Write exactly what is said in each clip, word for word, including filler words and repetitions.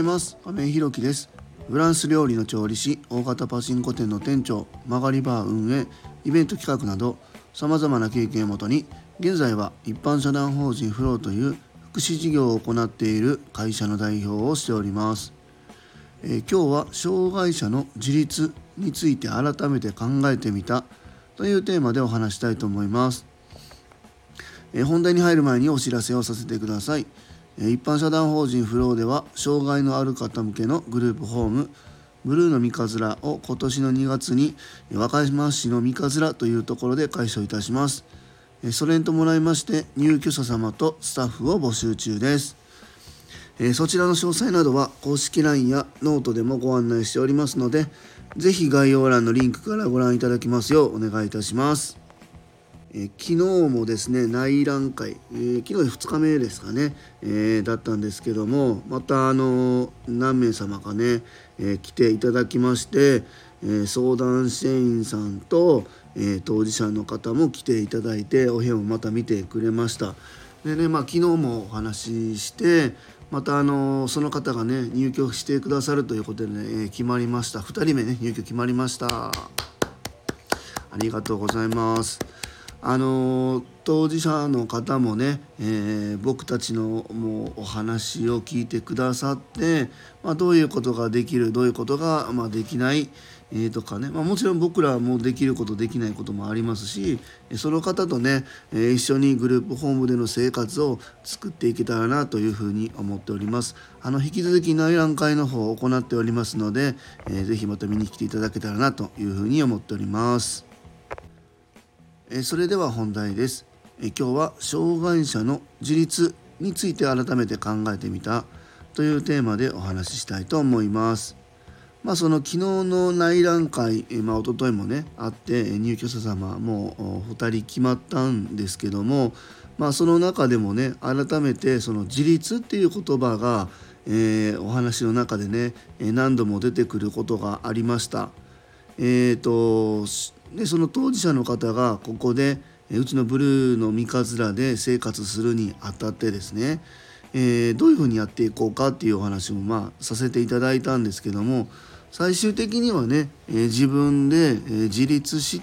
ます。亀井ひろきです。フランス料理の調理師、大型パチンコ店の店長、曲がりバー運営、イベント企画などさまざまな経験をもとに、現在は一般社団法人フローという福祉事業を行っている会社の代表をしております。えー、今日は障害者の自立について改めて考えてみたというテーマでお話したいと思います。えー、本題に入る前にお知らせをさせてください。一般社団法人フローでは障害のある方向けのグループホームブルーの三日面を今年のにがつに和歌山市の三日面というところで開催いたします。それに伴いまして入居者様とスタッフを募集中です。そちらの詳細などは公式 ライン やノートでもご案内しておりますので、ぜひ概要欄のリンクからご覧いただきますようお願いいたします。えー、昨日もですね内覧会、えー、昨日ふつかめですかね、えー、だったんですけども、またあのー、何名様かね、えー、来ていただきまして、えー、相談支援員さんと、えー、当事者の方も来ていただいてお部屋もまた見てくれました。でね、まあ、昨日もお話ししてまたあのー、その方がね入居してくださるということでね、えー、決まりました。ふたりめね入居決まりました。ありがとうございます。あの当事者の方もね、えー、僕たちのもうお話を聞いてくださって、まあ、どういうことができるどういうことが、まあ、できない、えー、とかね、まあ、もちろん僕らもできることできないこともありますし、その方とね、えー、一緒にグループホームでの生活を作っていけたらなというふうに思っております。あの引き続き内覧会の方を行っておりますので、えー、ぜひまた見に来ていただけたらなというふうに思っております。それでは本題です。今日は障害者の自立について改めて考えてみたというテーマでお話ししたいと思います。まあ、その昨日の内覧会、まあ、一昨日もねあって入居者様もうふたり決まったんですけども、まあ、その中でもね改めてその自立っていう言葉が、えー、お話の中でね何度も出てくることがありました。えーとでその当事者の方がここでうちのブルーの三日面で生活するにあたってですね、えー、どういうふうにやっていこうかっていうお話もまあさせていただいたんですけども、最終的にはね、えー、自分で、えー、自立して、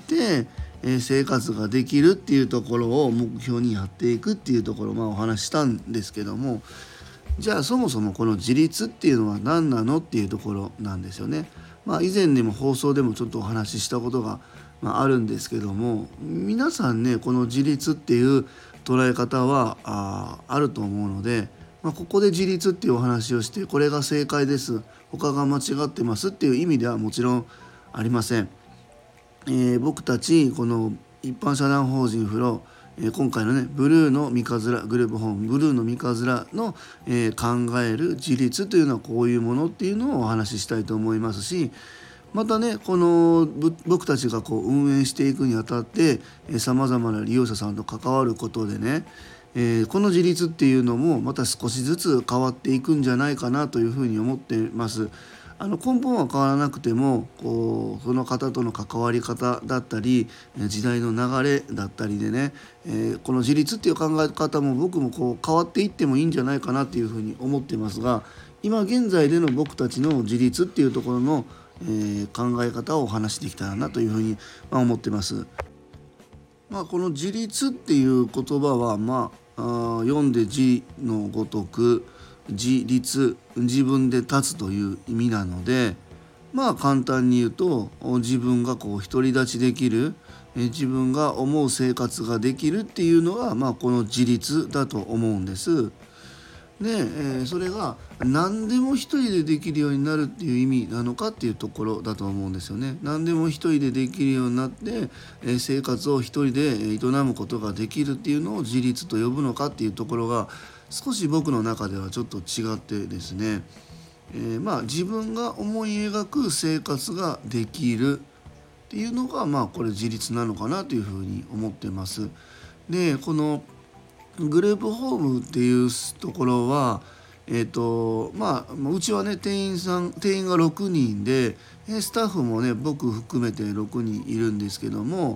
えー、生活ができるっていうところを目標にやっていくっていうところをまあお話ししたんですけども、じゃあそもそもこの自立っていうのは何なのっていうところなんですよね。まあ以前にも放送でもちょっとお話ししたことがあるんですけども、皆さんねこの自立っていう捉え方は あ, あると思うので、まあ、ここで自立っていうお話をしてこれが正解です他が間違ってますっていう意味ではもちろんありません。えー、僕たちこの一般社団法人フロー、えー、今回のねブルーの三日面グループホームブルーの三日面の、えー、考える自立というのはこういうものっていうのをお話ししたいと思いますし、またねこの僕たちがこう運営していくにあたってさまざまな利用者さんと関わることでね、えー、この自立っていうのもまた少しずつ変わっていくんじゃないかなというふうに思っています。あの根本は変わらなくてもこうその方との関わり方だったり時代の流れだったりでね、えー、この自立っていう考え方も僕もこう変わっていってもいいんじゃないかなっていうふうに思っていますが、今現在での僕たちの自立っていうところの、えー、考え方をお話しできたらなというふうに、まあ、思ってます。まあ、この自立っていう言葉は、まあ、あ読んで字のごとく自立自分で立つという意味なので、まあ簡単に言うと自分がこう独り立ちできる、え自分が思う生活ができるっていうのが、まあ、この自立だと思うんです。で、えー、それが何でも一人でできるようになるっていう意味なのかっていうところだと思うんですよね。何でも一人でできるようになって、えー、生活を一人で営むことができるっていうのを自立と呼ぶのかっていうところが少し僕の中ではちょっと違ってですね、えー、まあ自分が思い描く生活ができるっていうのがまあこれ自立なのかなというふうに思ってます。でこのグループホームっていうところは、えーとまあ、うちはね店員さん店員がろくにんでスタッフもね僕含めてろくにんいるんですけども、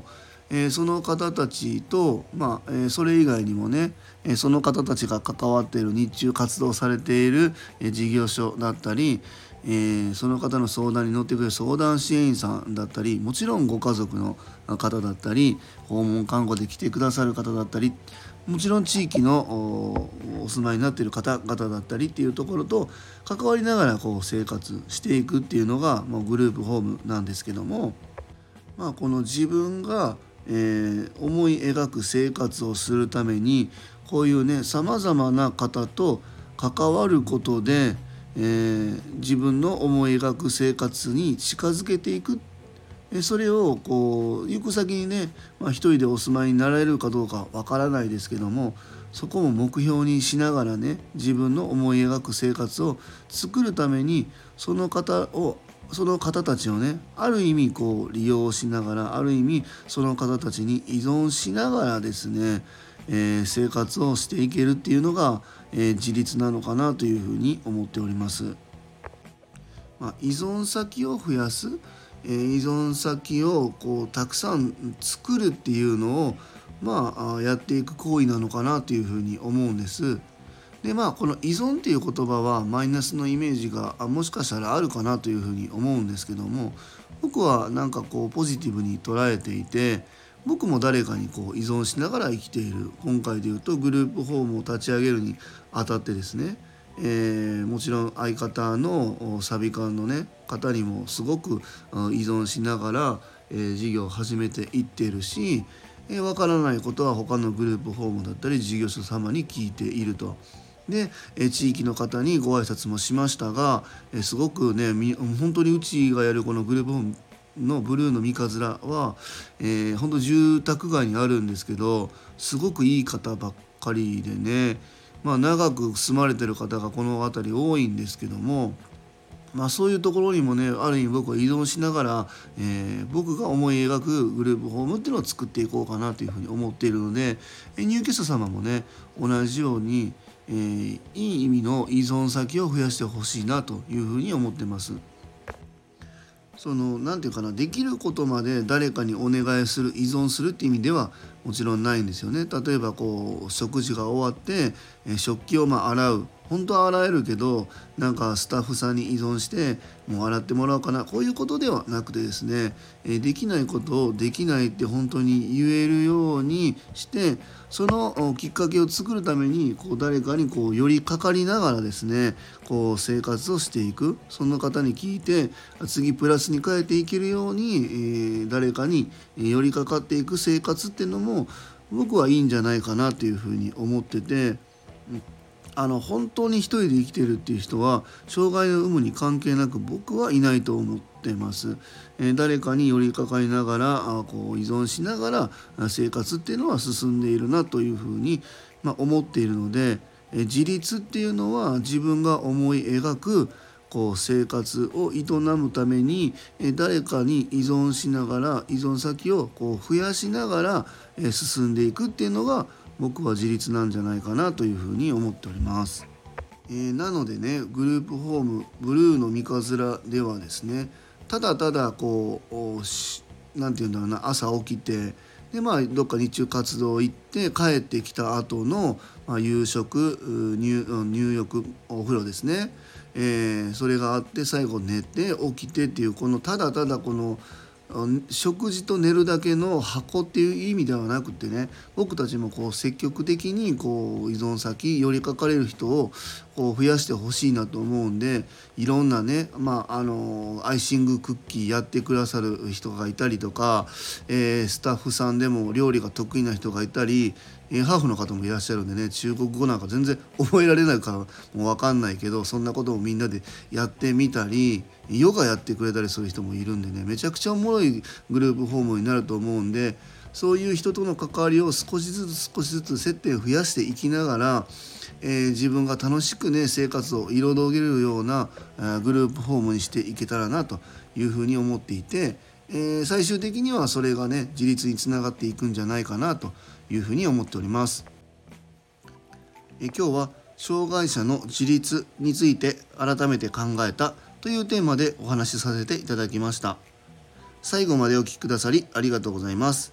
えー、その方たちと、まあえー、それ以外にもね、えー、その方たちが関わっている日中活動されている、えー、事業所だったり、えー、その方の相談に乗ってくれる相談支援員さんだったり、もちろんご家族の方だったり、訪問看護で来てくださる方だったり、もちろん地域の お, お住まいになっている方々だったりっていうところと関わりながらこう生活していくっていうのが、まあ、グループホームなんですけども、まあ、この自分が、えー、思い描く生活をするためにこういうねさまざまな方と関わることで、えー、自分の思い描く生活に近づけていく。それをこう行く先にね、まあ、一人でお住まいになられるかどうかわからないですけども、そこを目標にしながらね自分の思い描く生活を作るためにその方をその方たちをねある意味こう利用しながら、ある意味その方たちに依存しながらですね、えー、生活をしていけるっていうのが、えー、自立なのかなというふうに思っております。まあ、依存先を増やす、えー、依存先をこうたくさん作るっていうのを、まあ、やっていく行為なのかなというふうに思うんです。でまあこの依存っていう言葉はマイナスのイメージがもしかしたらあるかなというふうに思うんですけども、僕はなんかこうポジティブに捉えていて、僕も誰かにこう依存しながら生きている。今回でいうとグループホームを立ち上げるにあたってですね、えー、もちろん相方のサビ館のね方にもすごく依存しながら、えー、事業を始めていっているし、えー、分からないことは他のグループホームだったり事業所様に聞いていると。で、えー、地域の方にご挨拶もしましたが、えー、すごくね本当にうちがやるこのグループホームのブルーの三日面は、えー、本当住宅街にあるんですけど、すごくいい方ばっかりでね、まあ、長く住まれてる方がこの辺り多いんですけども、まあ、そういうところにもねある意味僕は依存しながら、えー、僕が思い描くグループホームっていうのを作っていこうかなというふうに思っているので、入居者様もね同じように、えー、いい意味の依存先を増やしてほしいなというふうに思ってます。そのなんていうかな、できることまで誰かにお願いする、依存するっていう意味ではもちろんないんですよね。例えばこう食事が終わって、え食器をまあ洗う、本当は洗えるけどなんかスタッフさんに依存してもう洗ってもらおうかな、こういうことではなくてですね、えできないことをできないって本当に言えるようにして、そのきっかけを作るためにこう誰かにこう寄りかかりながらですねこう生活をしていく。その方に聞いて次プラスに変えていけるように、えー、誰かに寄りかかっていく生活っていうのも僕はいいんじゃないかなというふうに思ってて、あの本当に一人で生きてるっていう人は障害の有無に関係なく僕はいないと思ってます。えー、誰かに寄りかかりながらあこう依存しながら生活っていうのは進んでいるなというふうに、まあ、思っているので、えー、自立っていうのは自分が思い描くこう生活を営むために、えー、誰かに依存しながら依存先をこう増やしながら、えー、進んでいくっていうのが僕は自立なんじゃないかなというふうに思っております。えー、なのでねグループホームブルーの三日面ではですね、ただただこうなんていうんだろうな、朝起きてでまあどっか日中活動行って帰ってきた後の、まあ、夕食 入, 入浴お風呂ですね、えー、それがあって最後寝て起きてっていうこのただただこの食事と寝るだけの箱っていう意味ではなくてね、僕たちもこう積極的にこう依存先寄りかかれる人をこう増やしてほしいなと思うんで、いろんなね、まあ、あのアイシングクッキーやってくださる人がいたりとか、えー、スタッフさんでも料理が得意な人がいたり、えー、ハーフの方もいらっしゃるんでね、中国語なんか全然覚えられないからもう分かんないけど、そんなことをみんなでやってみたりヨガやってくれたりする人もいるんでね、めちゃくちゃおもろいグループホームになると思うんで、そういう人との関わりを少しずつ少しずつ接点を増やしていきながら、えー、自分が楽しくね生活を彩れるような、えー、グループホームにしていけたらなというふうに思っていて、えー、最終的にはそれがね自立につながっていくんじゃないかなというふうに思っております。えー、今日は障害者の自立について改めて考えたというテーマでお話しさせていただきました。最後までお聞きくださりありがとうございます。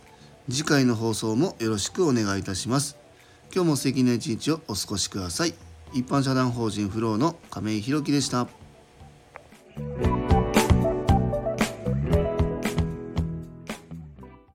次回の放送もよろしくお願いいたします。今日も素敵な一日をお過ごしください。一般社団法人フローの亀井宏樹でした。